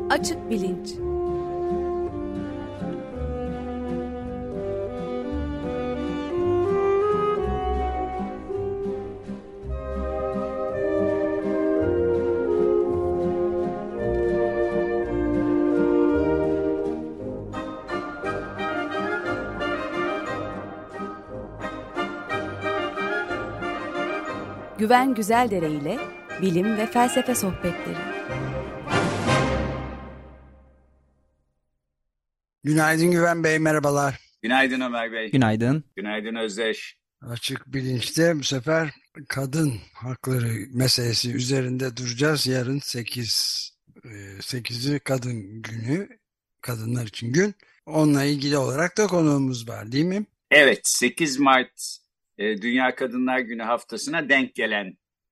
Açık bilinç. Güven Güzeldere ile bilim ve felsefe sohbetleri. Günaydın Güven Bey, merhabalar. Günaydın Ömer Bey. Günaydın. Günaydın Özdeş. Açık bilinçte bu sefer kadın hakları meselesi üzerinde duracağız. Yarın 8'i kadın günü, kadınlar için gün. Onunla ilgili olarak da konuğumuz var, değil mi? Evet, 8 Mart Dünya Kadınlar Günü haftasına denk gelen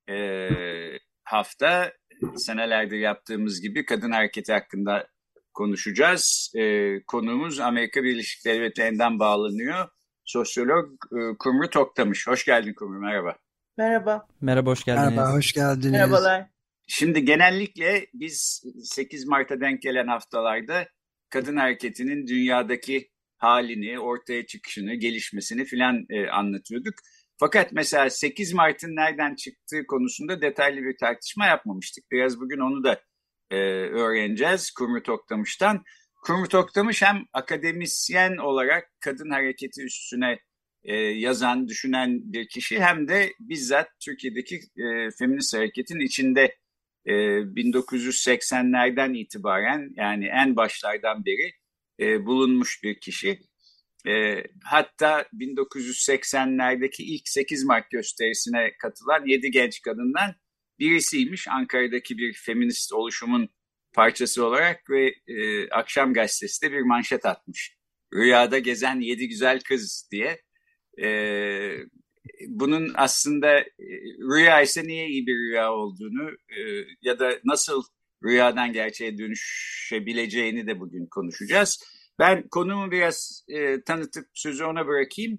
hafta. Senelerdir yaptığımız gibi kadın hareketi hakkında konuşacağız. Konuğumuz Amerika Birleşik Devletleri'nden bağlanıyor. Sosyolog Kumru Toktamış. Hoş geldin Kumru, merhaba. Merhaba. Merhaba, hoş geldiniz. Merhaba, hoş geldiniz. Merhabalar. Şimdi genellikle biz 8 Mart'a denk gelen haftalarda kadın hareketinin dünyadaki halini, ortaya çıkışını, gelişmesini filan anlatıyorduk. Fakat mesela 8 Mart'ın nereden çıktığı konusunda detaylı bir tartışma yapmamıştık. Biraz bugün onu da öğreneceğiz Kumru Toktamış'tan. Kumru Toktamış hem akademisyen olarak kadın hareketi üstüne yazan, düşünen bir kişi, hem de bizzat Türkiye'deki feminist hareketin içinde 1980'lerden itibaren, yani en başlardan beri bulunmuş bir kişi. Hatta 1980'lerdeki ilk 8 Mart gösterisine katılan 7 genç kadından birisiymiş. Ankara'daki bir feminist oluşumun parçası olarak ve Akşam Gazetesi de bir manşet atmış. Rüyada gezen 7 güzel kız diye. Bunun aslında rüya ise niye iyi bir rüya olduğunu ya da nasıl rüyadan gerçeğe dönüşebileceğini de bugün konuşacağız. Ben konumu biraz tanıtıp sözü ona bırakayım.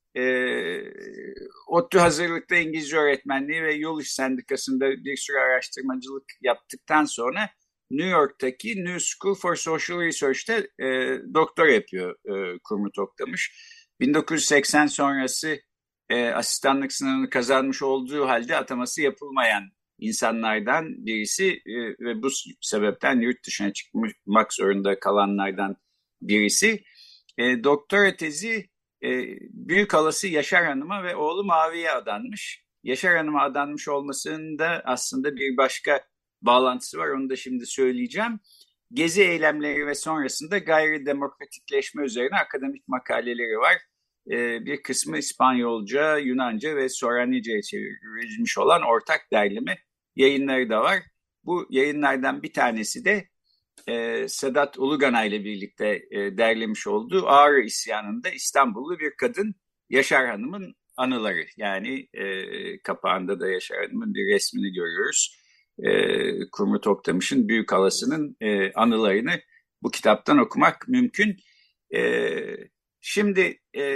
ODTÜ hazırlıkta İngilizce öğretmenliği ve Yol İş Sendikası'nda bir süre araştırmacılık yaptıktan sonra New York'taki New School for Social Research'te doktora yapıyor Kumru Toktamış. 1980 sonrası asistanlık sınavını kazanmış olduğu halde ataması yapılmayan insanlardan birisi ve bu sebepten yurt dışına çıkmak zorunda kalanlardan birisi. Doktora tezi büyük halası Yaşar Hanım'a ve oğlu Mavi'ye adanmış. Yaşar Hanım'a adanmış olmasının da aslında bir başka bağlantısı var, onu da şimdi söyleyeceğim. Gezi eylemleri ve sonrasında gayri demokratikleşme üzerine akademik makaleleri var. Bir kısmı İspanyolca, Yunanca ve Soranice'ye çevrilmiş olan ortak derleme yayınları da var. Bu yayınlardan bir tanesi de Sedat Uluganay ile birlikte derlemiş olduğu Ağrı İsyanı'nda İstanbullu bir kadın, Yaşar Hanım'ın anıları. Yani kapağında da Yaşar Hanım'ın bir resmini görüyoruz. Kumru Toktamış'ın büyük halasının anılarını bu kitaptan okumak mümkün. Şimdi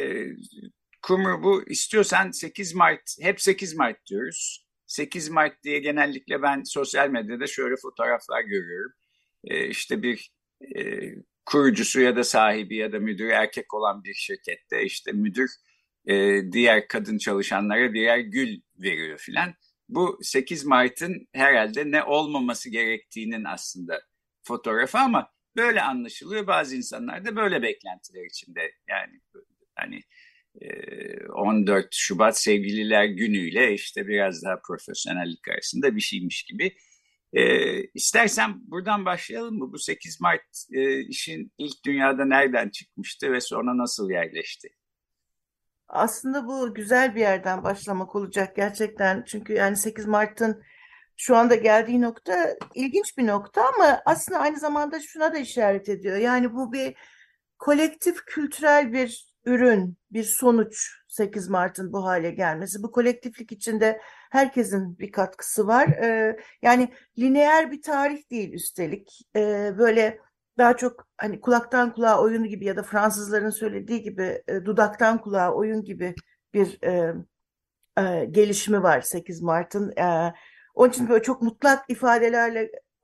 Kumru, bu istiyorsan 8 Mart, hep 8 Mart diyoruz. 8 Mart diye genellikle ben sosyal medyada şöyle fotoğraflar görüyorum. İşte bir kurucusu ya da sahibi ya da müdürü erkek olan bir şirkette işte müdür diğer kadın çalışanlara birer gül veriyor filan. Bu 8 Mart'ın herhalde ne olmaması gerektiğinin aslında fotoğrafı, ama böyle anlaşılıyor. Bazı insanlar da böyle beklentiler içinde. Yani hani 14 Şubat Sevgililer Günü'yle işte biraz daha profesyonellik arasında bir şeymiş gibi. İstersen buradan başlayalım mı? Bu 8 Mart işin ilk dünyada nereden çıkmıştı ve sonra nasıl yerleşti? Aslında bu güzel bir yerden başlamak olacak gerçekten. Çünkü yani 8 Mart'ın şu anda geldiği nokta ilginç bir nokta ama aslında aynı zamanda şuna da işaret ediyor. Yani bu bir kolektif kültürel bir ürün, bir sonuç, 8 Mart'ın bu hale gelmesi. Bu kolektiflik içinde herkesin bir katkısı var. Yani lineer bir tarih değil üstelik. Böyle daha çok hani kulaktan kulağa oyunu gibi ya da Fransızların söylediği gibi dudaktan kulağa oyun gibi bir gelişimi var 8 Mart'ın. Onun için böyle çok mutlak ifadelerle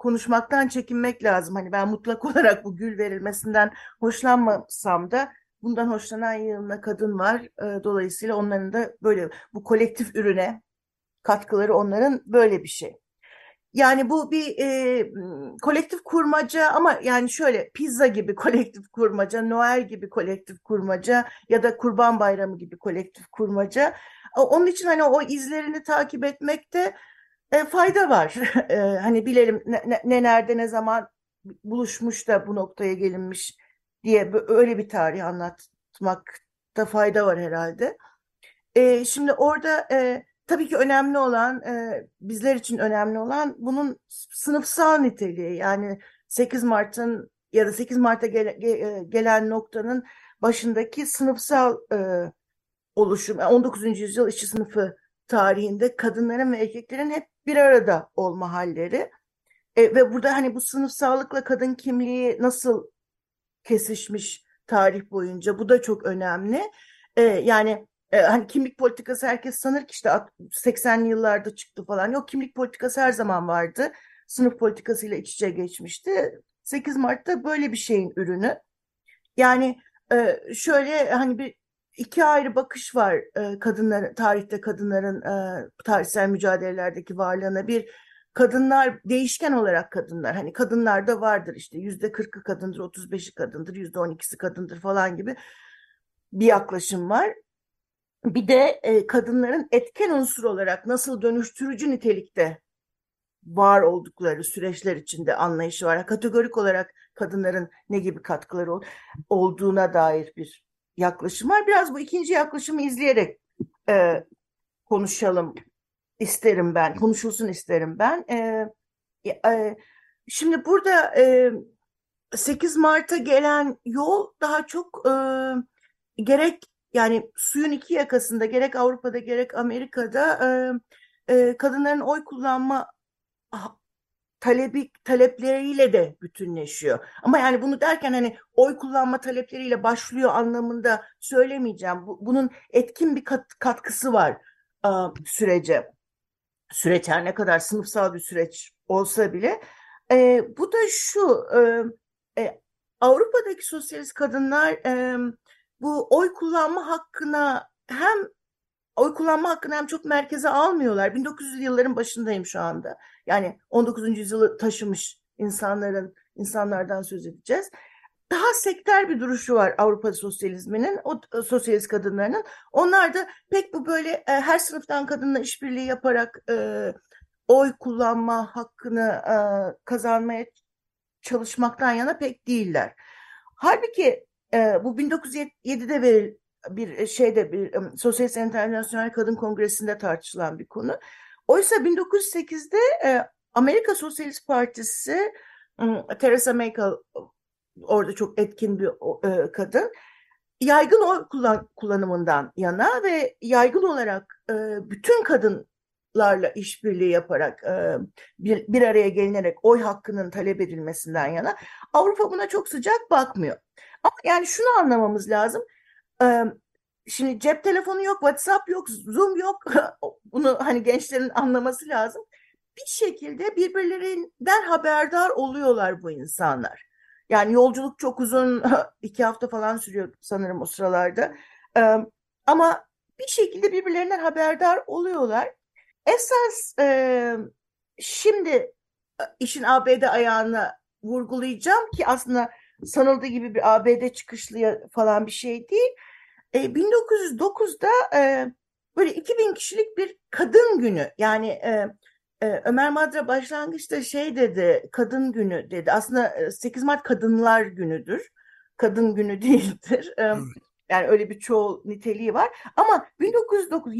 konuşmaktan çekinmek lazım. Hani ben mutlak olarak bu gül verilmesinden hoşlanmasam da bundan hoşlanan yığınla kadın var. Dolayısıyla onların da böyle bu kolektif ürüne katkıları onların böyle bir şey. Yani bu bir kolektif kurmaca ama yani şöyle pizza gibi kolektif kurmaca, Noel gibi kolektif kurmaca ya da Kurban Bayramı gibi kolektif kurmaca. Onun için hani o izlerini takip etmekte fayda var. Hani bilelim ne nerede ne zaman buluşmuş da bu noktaya gelinmiş diye öyle bir tarih anlatmakta fayda var herhalde. Şimdi orada tabii ki önemli olan bizler için önemli olan bunun sınıfsal niteliği. Yani 8 Mart'ın ya da 8 Mart'a gelen noktanın başındaki sınıfsal oluşum. 19. yüzyıl işçi sınıfı tarihinde kadınların ve erkeklerin hep bir arada olma halleri. Ve burada hani bu sınıfsallıkla kadın kimliği nasıl kesişmiş tarih boyunca bu da çok önemli. Yani hani kimlik politikası herkes sanır ki işte 80'li yıllarda çıktı falan. Yok, kimlik politikası her zaman vardı. Sınıf politikasıyla iç içe geçmişti. 8 Mart'ta böyle bir şeyin ürünü. Yani şöyle hani iki ayrı bakış var kadınlar tarihte kadınların tarihsel mücadelelerdeki varlığına. Bir, kadınlar değişken olarak kadınlar, hani kadınlar da vardır işte %40'ı kadındır, 35'i kadındır, %12'si kadındır falan gibi bir yaklaşım var. Bir de kadınların etken unsur olarak nasıl dönüştürücü nitelikte var oldukları süreçler içinde anlayışı var. Kategorik olarak kadınların ne gibi katkıları olduğuna dair bir yaklaşım var. Biraz bu ikinci yaklaşımı izleyerek konuşalım isterim ben, konuşulsun isterim ben. Şimdi burada 8 Mart'a gelen yol daha çok gerek yani suyun iki yakasında, gerek Avrupa'da gerek Amerika'da kadınların oy kullanma talepleriyle de bütünleşiyor. Ama yani bunu derken hani oy kullanma talepleriyle başlıyor anlamında söylemeyeceğim. Bunun etkin bir katkısı var sürece. Süreç her ne kadar sınıfsal bir süreç olsa bile. Bu da şu, Avrupa'daki sosyalist kadınlar bu oy kullanma hakkını hem çok merkeze almıyorlar. 1900'lü yılların başındayım şu anda. Yani 19. yüzyılı taşımış insanlardan söz edeceğiz. Daha sektör bir duruşu var Avrupa sosyalizminin, o sosyalist kadınlarının. Onlar da pek bu böyle her sınıftan kadınla işbirliği yaparak oy kullanma hakkını kazanmaya çalışmaktan yana pek değiller. Halbuki bu 1907'de bir Sosyalist Enternasyonel Kadın Kongresi'nde tartışılan bir konu. Oysa 1908'de Amerika Sosyalist Partisi, Theresa May orada çok etkin bir kadın, yaygın oy kullanımından yana ve yaygın olarak bütün kadınlarla işbirliği yaparak bir araya gelinerek oy hakkının talep edilmesinden yana. Avrupa buna çok sıcak bakmıyor. Ama yani şunu anlamamız lazım. Şimdi cep telefonu yok, WhatsApp yok, Zoom yok. Bunu hani gençlerin anlaması lazım. Bir şekilde birbirlerinden haberdar oluyorlar bu insanlar. Yani yolculuk çok uzun, 2 hafta falan sürüyor sanırım o sıralarda. Ama bir şekilde birbirlerinden haberdar oluyorlar. Esas şimdi işin ABD ayağını vurgulayacağım ki aslında sanıldığı gibi bir ABD çıkışlı falan bir şey değil. 1909'da böyle 2000 kişilik bir kadın günü, yani Ömer Madra başlangıçta şey dedi, kadın günü dedi. Aslında 8 Mart Kadınlar Günü'dür. Kadın günü değildir. Yani öyle bir çoğul niteliği var. Ama 1909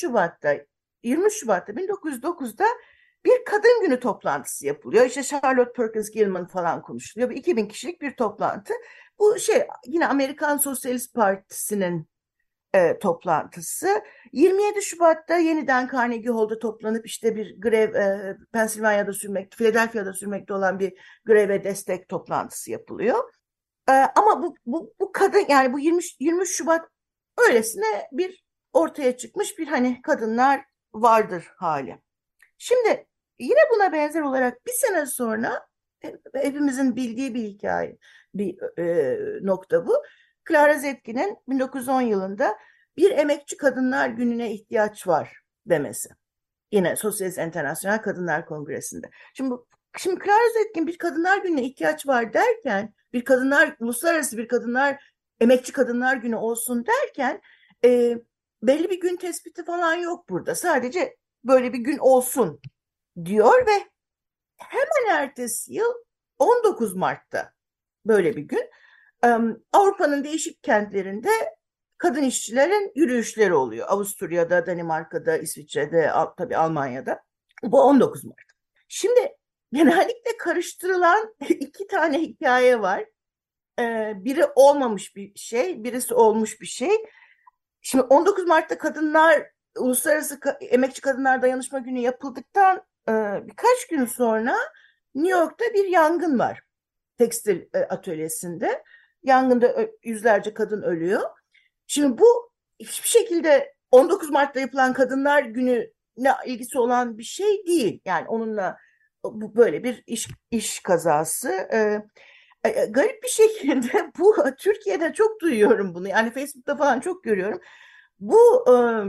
23 Şubat'ta 1909'da bir kadın günü toplantısı yapılıyor. İşte Charlotte Perkins Gilman falan konuşuluyor. 2000 kişilik bir toplantı. Bu yine Amerikan Sosyalist Partisi'nin toplantısı. 27 Şubat'ta yeniden Carnegie Hall'da toplanıp işte bir grev, Philadelphia'da sürmekte olan bir greve destek toplantısı yapılıyor. Ama bu kadın, yani bu 23 Şubat öylesine bir ortaya çıkmış bir hani kadınlar vardır hali. Şimdi yine buna benzer olarak bir sene sonra hepimizin bildiği bir hikaye, bir nokta bu. Clara Zetkin'in 1910 yılında bir emekçi kadınlar gününe ihtiyaç var demesi. Yine Sosyalist Enternasyonel Kadınlar Kongresi'nde. Şimdi Clara Zetkin bir kadınlar gününe ihtiyaç var derken, uluslararası bir emekçi kadınlar günü olsun derken belli bir gün tespiti falan yok burada. Sadece böyle bir gün olsun diyor ve hemen ertesi yıl 19 Mart'ta böyle bir gün Avrupa'nın değişik kentlerinde kadın işçilerin yürüyüşleri oluyor. Avusturya'da, Danimarka'da, İsviçre'de, tabii Almanya'da. Bu 19 Mart. Şimdi genellikle karıştırılan iki tane hikaye var. Biri olmamış bir şey, birisi olmuş bir şey. Şimdi 19 Mart'ta Uluslararası Emekçi Kadınlar Dayanışma Günü yapıldıktan birkaç gün sonra New York'ta bir yangın var. Tekstil atölyesinde. Yangında yüzlerce kadın ölüyor. Şimdi bu hiçbir şekilde 19 Mart'ta yapılan Kadınlar Günü'ne ilgisi olan bir şey değil. Yani onunla bu böyle bir iş kazası. Garip bir şekilde bu Türkiye'de çok duyuyorum bunu. Yani Facebook'ta falan çok görüyorum. Bu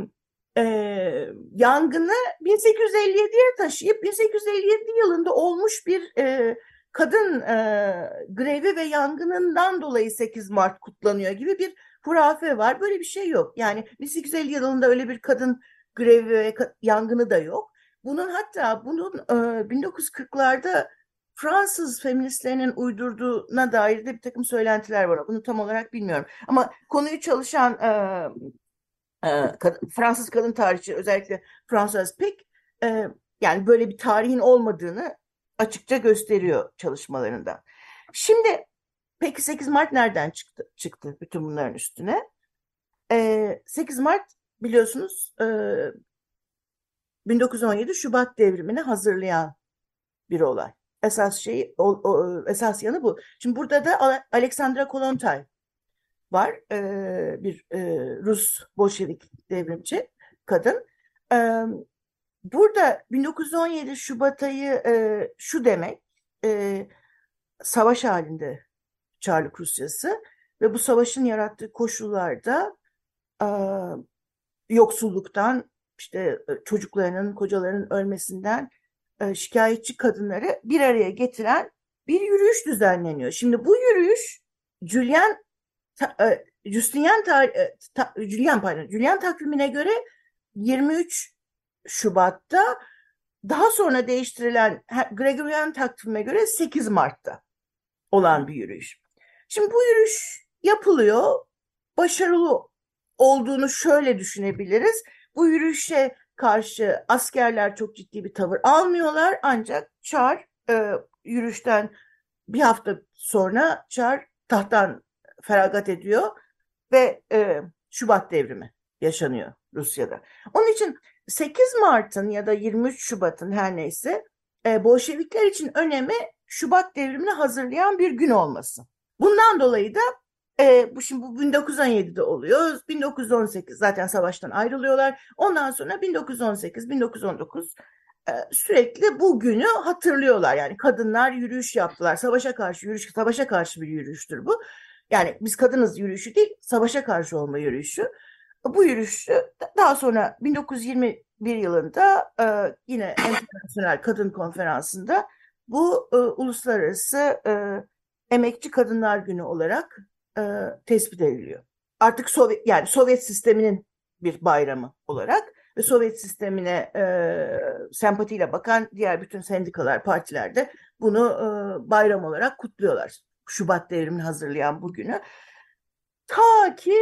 yangını 1857'ye taşıyıp 1857 yılında olmuş bir kadın grevi ve yangınından dolayı 8 Mart kutlanıyor gibi bir hurafe var. Böyle bir şey yok. Yani 1850 yılında öyle bir kadın grevi ve yangını da yok. Hatta bunun 1940'larda Fransız feministlerinin uydurduğuna dair de bir takım söylentiler var. Bunu tam olarak bilmiyorum. Ama konuyu çalışan Fransız kadın tarihçi, özellikle Françoise Pic, yani böyle bir tarihin olmadığını açıkça gösteriyor çalışmalarında. Şimdi peki 8 Mart nereden çıktı bütün bunların üstüne? 8 Mart biliyorsunuz 1917 Şubat devrimini hazırlayan bir olay. Esas yanı bu. Şimdi burada da Alexandra Kollontaj var. Bir Rus Bolşevik devrimci kadın. Burada 1917 Şubat ayı şu demek, savaş halinde Çarlık Rusyası ve bu savaşın yarattığı koşullarda yoksulluktan, işte çocuklarının, kocalarının ölmesinden şikayetçi kadınları bir araya getiren bir yürüyüş düzenleniyor. Şimdi bu yürüyüş Julian takvimine göre 23 Şubat'ta, daha sonra değiştirilen Gregorian takvime göre 8 Mart'ta olan bir yürüyüş. Şimdi bu yürüyüş yapılıyor. Başarılı olduğunu şöyle düşünebiliriz. Bu yürüyüşe karşı askerler çok ciddi bir tavır almıyorlar. Ancak Çar yürüyüşten bir hafta sonra tahttan feragat ediyor ve Şubat devrimi yaşanıyor Rusya'da. Onun için 8 Mart'ın ya da 23 Şubat'ın her neyse Bolşevikler için önemi Şubat devrimini hazırlayan bir gün olması. Bundan dolayı da bu 1917'de oluyor. 1918 zaten savaştan ayrılıyorlar. Ondan sonra 1918, 1919 sürekli bu günü hatırlıyorlar. Yani kadınlar yürüyüş yaptılar. Savaşa karşı bir yürüyüştür bu. Yani biz kadınız yürüyüşü değil, savaşa karşı olma yürüyüşü. Bu yürüyüşü daha sonra 1921 yılında yine Internasyonel Kadın Konferansı'nda bu Uluslararası Emekçi Kadınlar Günü olarak tespit ediliyor. Artık Sovyet sisteminin bir bayramı olarak ve Sovyet sistemine sempatiyle bakan diğer bütün sendikalar, partiler de bunu bayram olarak kutluyorlar. Şubat devrimini hazırlayan bu günü. Ta ki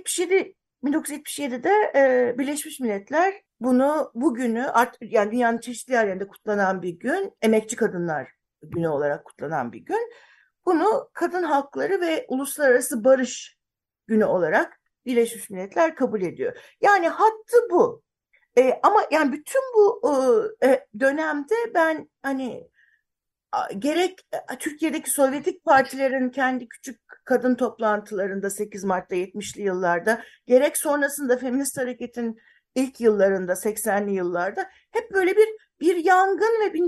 1977'de Birleşmiş Milletler bugünü yani dünyanın çeşitli yerlerinde kutlanan bir gün, Emekçi Kadınlar Günü olarak kutlanan bir gün, bunu Kadın Hakları ve Uluslararası Barış Günü olarak Birleşmiş Milletler kabul ediyor. Yani hattı bu. Ama yani bütün bu dönemde ben hani gerek Türkiye'deki Sovyetik partilerin kendi küçük kadın toplantılarında 8 Mart'ta 70'li yıllarda, gerek sonrasında feminist hareketin ilk yıllarında 80'li yıllarda hep böyle bir bir yangın ve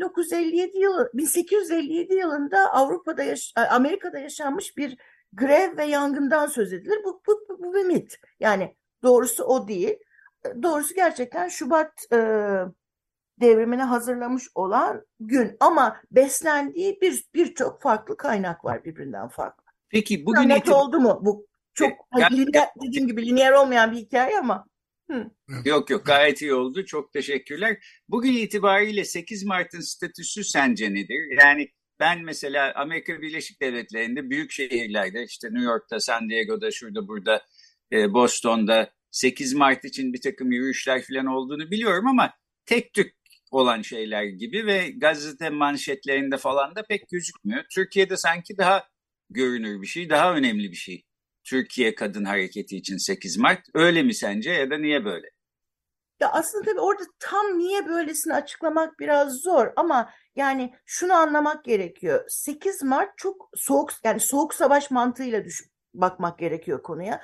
1857 yılında Amerika'da yaşanmış bir grev ve yangından söz edilir. Bu bir mit. Yani doğrusu o değil. Doğrusu gerçekten Şubat devrimine hazırlamış olan gün, ama beslendiği birçok farklı kaynak var, birbirinden farklı. Peki bugün Net oldu mu? Bu çok dediğim gibi lineer olmayan bir hikaye ama. Yok gayet iyi oldu. Çok teşekkürler. Bugün itibariyle 8 Mart'ın statüsü sence nedir? Yani ben mesela Amerika Birleşik Devletleri'nde büyük şehirlerde, işte New York'ta, San Diego'da, şurada burada, Boston'da 8 Mart için bir takım yürüyüşler falan olduğunu biliyorum ama tek tük olan şeyler gibi ve gazete manşetlerinde falan da pek gözükmüyor. Türkiye'de sanki daha görünür bir şey, daha önemli bir şey. Türkiye Kadın Hareketi için 8 Mart. Öyle mi sence ya da niye böyle? Ya aslında tabii orada tam niye böylesini açıklamak biraz zor, ama yani şunu anlamak gerekiyor. 8 Mart çok soğuk, yani soğuk savaş mantığıyla bakmak gerekiyor konuya.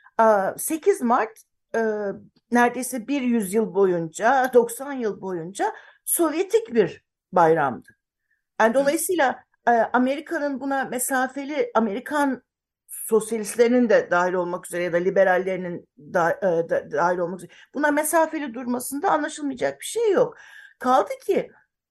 8 Mart neredeyse bir yüzyıl boyunca, 90 yıl boyunca Sovyetik bir bayramdı. Yani dolayısıyla Amerika'nın buna mesafeli, Amerikan sosyalistlerinin de dahil olmak üzere ya da liberallerinin dahil olmak üzere buna mesafeli durmasında anlaşılmayacak bir şey yok. Kaldı ki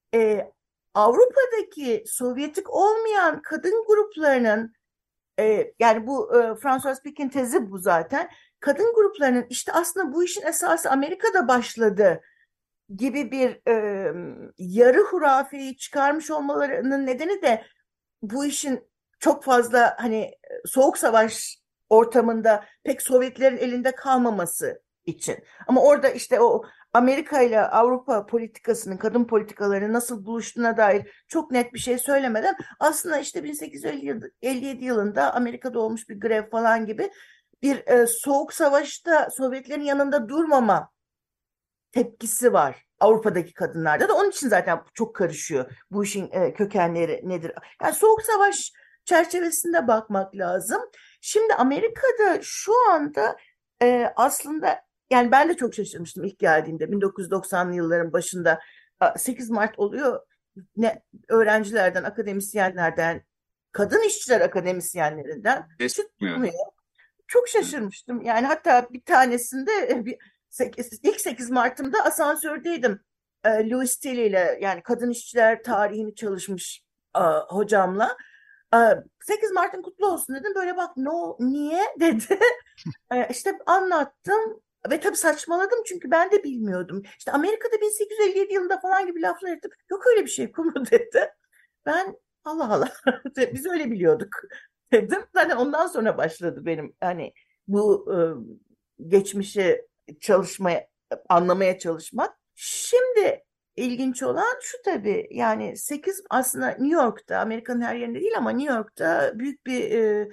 Avrupa'daki Sovyetik olmayan kadın gruplarının, yani bu François Picquet'in tezi bu zaten. Kadın gruplarının işte aslında bu işin esası Amerika'da başladı gibi bir yarı hurafeyi çıkarmış olmalarının nedeni de bu işin çok fazla hani soğuk savaş ortamında pek Sovyetlerin elinde kalmaması için. Ama orada işte o Amerika ile Avrupa politikasının, kadın politikalarının nasıl buluştuğuna dair çok net bir şey söylemeden aslında işte 1857 yılında Amerika'da olmuş bir grev falan gibi bir soğuk savaşta Sovyetlerin yanında durmama tepkisi var Avrupa'daki kadınlarda da. Onun için zaten çok karışıyor bu işin kökenleri nedir. Yani soğuk savaş çerçevesinde bakmak lazım. Şimdi Amerika'da şu anda aslında, yani ben de çok şaşırmıştım ilk geldiğimde 1990'lı yılların başında. 8 Mart oluyor, ne öğrencilerden, akademisyenlerden, kadın işçiler akademisyenlerinden Destekmiyor. çıkmıyor. Çok şaşırmıştım. Yani hatta bir tanesinde ilk 8 Mart'ımda asansördeydim. Louis Tilly ile, yani kadın işçiler tarihini çalışmış hocamla. 8 Mart'ın kutlu olsun dedim. Böyle bak, niye dedi. İşte anlattım ve tabii saçmaladım çünkü ben de bilmiyordum. İşte Amerika'da 1857 yılında falan gibi laflar ettim. Yok öyle bir şey konu dedi. Ben Allah Allah biz öyle biliyorduk dedim. Zaten ondan sonra başladı benim hani bu geçmişi anlamaya çalışmak. Şimdi ilginç olan şu tabii, yani 8 aslında New York'ta, Amerika'nın her yerinde değil ama New York'ta büyük bir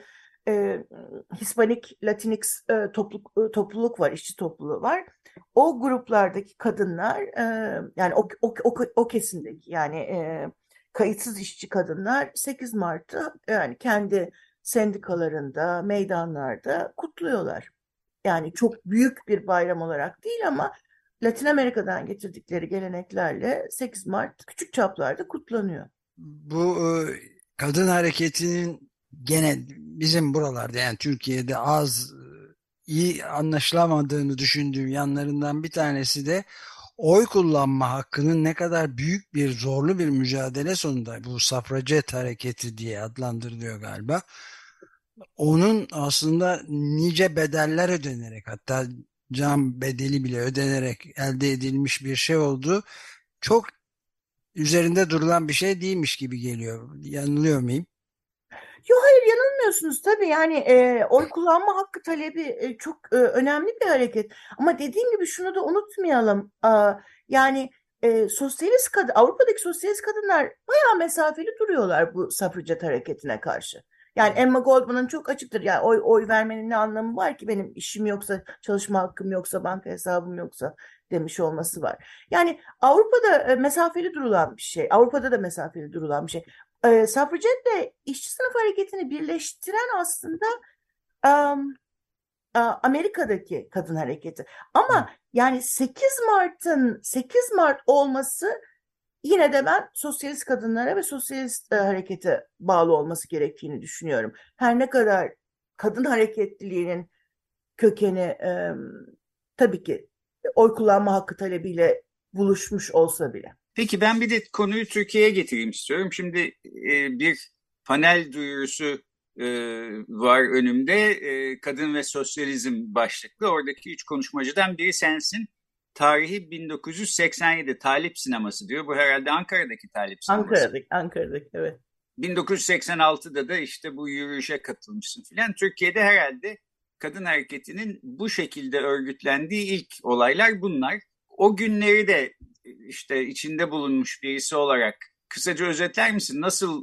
Hispanik, Latinx topluluk var, işçi topluluğu var. O gruplardaki kadınlar, yani o kesimdeki, yani kayıtsız işçi kadınlar 8 Mart'ı yani kendi sendikalarında, meydanlarda kutluyorlar. Yani çok büyük bir bayram olarak değil ama Latin Amerika'dan getirdikleri geleneklerle 8 Mart küçük çaplarda kutlanıyor. Bu kadın hareketinin gene bizim buralarda, yani Türkiye'de az iyi anlaşılamadığını düşündüğüm yanlarından bir tanesi de oy kullanma hakkının ne kadar büyük bir, zorlu bir mücadele sonunda, bu safracet hareketi diye adlandırılıyor galiba. Onun aslında nice bedeller ödenerek, hatta can bedeli bile ödenerek elde edilmiş bir şey olduğu çok üzerinde durulan bir şey değilmiş gibi geliyor. Yanılıyor muyum? Yok, hayır, yanılmıyorsunuz tabii. Yani oy kullanma hakkı talebi çok önemli bir hareket. Ama dediğim gibi şunu da unutmayalım. Yani Avrupa'daki sosyalist kadınlar bayağı mesafeli duruyorlar bu suffragette hareketine karşı. Yani Emma Goldman'ın çok açıktır. Yani oy vermenin ne anlamı var ki, benim işim yoksa, çalışma hakkım yoksa, banka hesabım yoksa demiş olması var. Yani Avrupa'da mesafeli durulan bir şey. Avrupa'da da mesafeli durulan bir şey. Suffragette'le işçi sınıf hareketini birleştiren aslında Amerika'daki kadın hareketi. Ama yani 8 Mart olması yine de ben sosyalist kadınlara ve sosyalist harekete bağlı olması gerektiğini düşünüyorum. Her ne kadar kadın hareketliliğinin kökeni tabii ki oy kullanma hakkı talebiyle buluşmuş olsa bile. Peki ben bir de konuyu Türkiye'ye getireyim istiyorum. Şimdi bir panel duyurusu var önümde. Kadın ve Sosyalizm başlıklı. Oradaki 3 konuşmacıdan biri sensin. Tarihi 1987 Talip Sineması diyor. Bu herhalde Ankara'daki Talip Sineması. Ankara'daki evet. 1986'da da işte bu yürüyüşe katılmışsın filan. Türkiye'de herhalde kadın hareketinin bu şekilde örgütlendiği ilk olaylar bunlar. O günleri de işte içinde bulunmuş birisi olarak kısaca özetler misin? Nasıl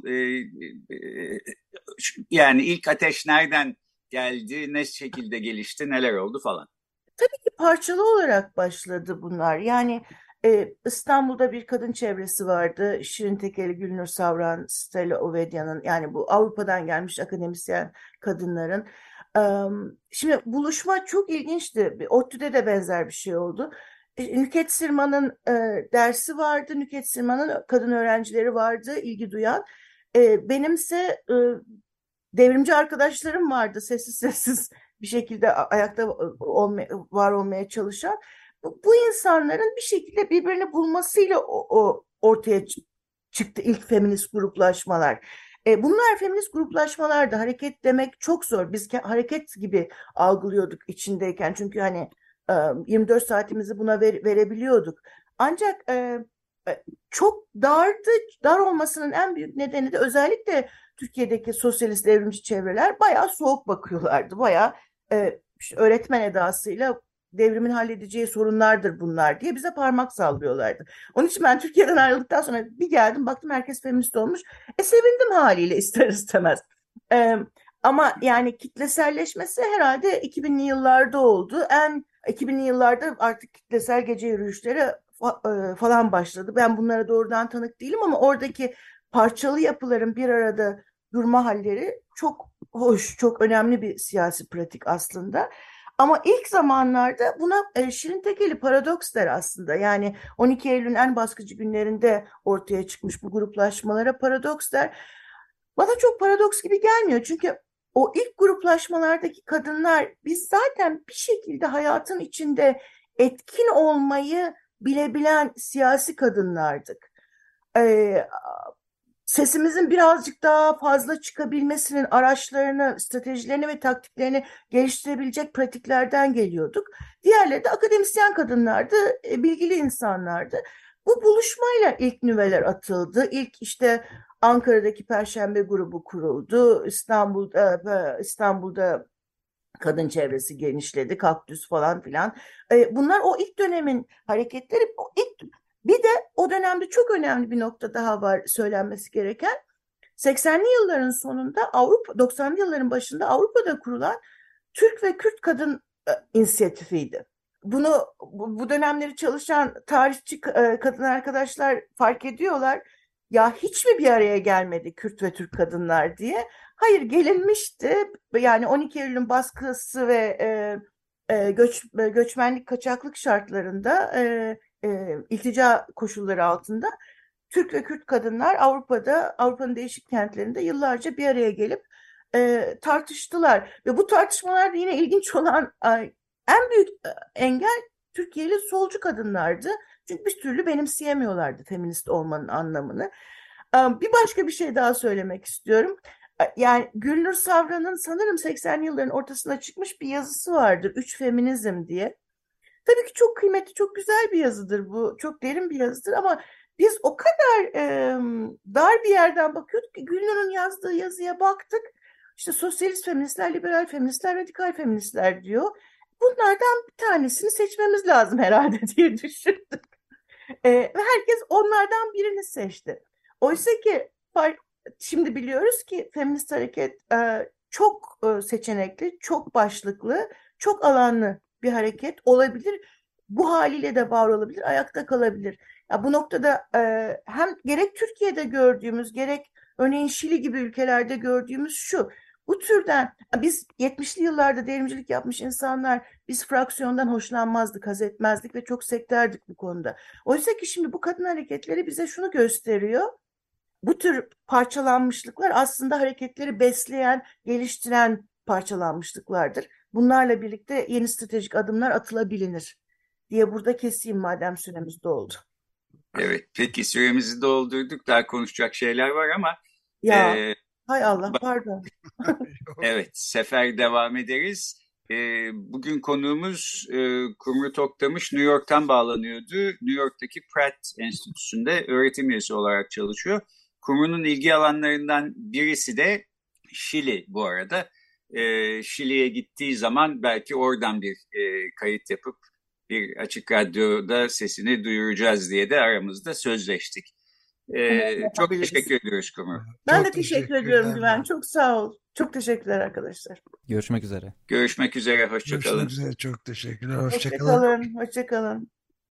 yani ilk ateş nereden geldi, ne şekilde gelişti, neler oldu falan? Tabii ki parçalı olarak başladı bunlar. Yani İstanbul'da bir kadın çevresi vardı. Şirin Tekeli, Gülnur Savran, Stella Ovedya'nın, yani bu Avrupa'dan gelmiş akademisyen kadınların. Şimdi buluşma çok ilginçti. ODTÜ'de de benzer bir şey oldu. Nüket Sırman'ın dersi vardı. Nüket Sırman'ın kadın öğrencileri vardı, ilgi duyan. Benimse devrimci arkadaşlarım vardı, sessiz sessiz bir şekilde ayakta var olmaya çalışan. Bu insanların bir şekilde birbirini bulmasıyla ortaya çıktı ilk feminist gruplaşmalar. Bunlar feminist gruplaşmalardı. Hareket demek çok zor. Biz hareket gibi algılıyorduk içindeyken. Çünkü hani 24 saatimizi buna verebiliyorduk. Ancak çok dardı. Dar olmasının en büyük nedeni de özellikle Türkiye'deki sosyalist devrimci çevreler bayağı soğuk bakıyorlardı. Bayağı işte öğretmen edasıyla devrimin halledeceği sorunlardır bunlar diye bize parmak sallıyorlardı. Onun için ben Türkiye'den ayrıldıktan sonra bir geldim, baktım herkes feminist olmuş. Sevindim haliyle, ister istemez. Ama yani kitleselleşmesi herhalde 2000'li yıllarda oldu. 2000'li yıllarda artık kitlesel gece yürüyüşleri falan başladı. Ben bunlara doğrudan tanık değilim ama oradaki parçalı yapıların bir arada durma halleri çok hoş, çok önemli bir siyasi pratik aslında. Ama ilk zamanlarda buna Şirin Tekeli paradoks der aslında. Yani 12 Eylül'ün en baskıcı günlerinde ortaya çıkmış bu gruplaşmalara paradoks der. Bana çok paradoks gibi gelmiyor. Çünkü o ilk gruplaşmalardaki kadınlar, biz zaten bir şekilde hayatın içinde etkin olmayı bilebilen siyasi kadınlardık. Sesimizin birazcık daha fazla çıkabilmesinin araçlarını, stratejilerini ve taktiklerini geliştirebilecek pratiklerden geliyorduk. Diğerleri de akademisyen kadınlardı, bilgili insanlardı. Bu buluşmayla ilk nüveler atıldı. İlk işte Ankara'daki Perşembe grubu kuruldu. İstanbul'da kadın çevresi genişledi, kaktüs falan filan. Bunlar o ilk dönemin hareketleri. Bir de o dönemde çok önemli bir nokta daha var söylenmesi gereken. 80'li yılların sonunda 90'lı yılların başında Avrupa'da kurulan Türk ve Kürt Kadın İnisiyatifiydi. Bu dönemleri çalışan tarihçi kadın arkadaşlar fark ediyorlar. Ya hiç mi bir araya gelmedi Kürt ve Türk kadınlar diye? Hayır, gelinmişti. Yani 12 Eylül'ün baskısı ve göçmenlik, kaçaklık şartlarında, iltica koşulları altında Türk ve Kürt kadınlar Avrupa'nın değişik kentlerinde yıllarca bir araya gelip tartıştılar. Ve bu tartışmalarda yine ilginç olan en büyük engel Türkiye'li solcu kadınlardı. Çünkü bir türlü benimseyemiyorlardı feminist olmanın anlamını. Bir başka bir şey daha söylemek istiyorum. Yani Gülnur Savran'ın sanırım 80'li yılların ortasında çıkmış bir yazısı vardır. Üç Feminizm diye. Tabii ki çok kıymetli, çok güzel bir yazıdır bu. Çok derin bir yazıdır ama biz o kadar dar bir yerden bakıyorduk ki Gülnur'un yazdığı yazıya baktık. İşte sosyalist feministler, liberal feministler, radikal feministler diyor. Bunlardan bir tanesini seçmemiz lazım herhalde diye düşündük. Ve herkes onlardan birini seçti. Oysa ki şimdi biliyoruz ki feminist hareket çok seçenekli, çok başlıklı, çok alanlı bir hareket olabilir. Bu haliyle de var olabilir, ayakta kalabilir. Ya bu noktada hem gerek Türkiye'de gördüğümüz, gerek örneğin Şili gibi ülkelerde gördüğümüz şu: Bu türden biz 70'li yıllarda devrimcilik yapmış insanlar biz fraksiyondan hoşlanmazdık, haz etmezdik ve çok sektördik bu konuda. Oysa ki şimdi bu kadın hareketleri bize şunu gösteriyor. Bu tür parçalanmışlıklar aslında hareketleri besleyen, geliştiren parçalanmışlıklardır. Bunlarla birlikte yeni stratejik adımlar atılabilir diye burada keseyim madem süremiz doldu. Evet, peki süremizi doldurduk. Daha konuşacak şeyler var ama Ya e, hay Allah pardon. evet, sefer devam ederiz. Bugün konuğumuz Kumru Toktamış New York'tan bağlanıyordu. New York'taki Pratt Enstitüsü'nde öğretim üyesi olarak çalışıyor. Kumru'nun ilgi alanlarından birisi de Şili bu arada. Şili'ye gittiği zaman belki oradan bir kayıt yapıp bir açık radyoda sesini duyuracağız diye de aramızda sözleştik. Çok teşekkür ediyoruz Kumru. Ben Çok de teşekkür ediyorum Güven. Çok sağ ol. Çok teşekkürler arkadaşlar. Görüşmek üzere. Görüşmek üzere, hoşça kalın. Görüşmek üzere. Çok teşekkürler. Hoşça Hoşça kalın. kalın. Hoşça kalın.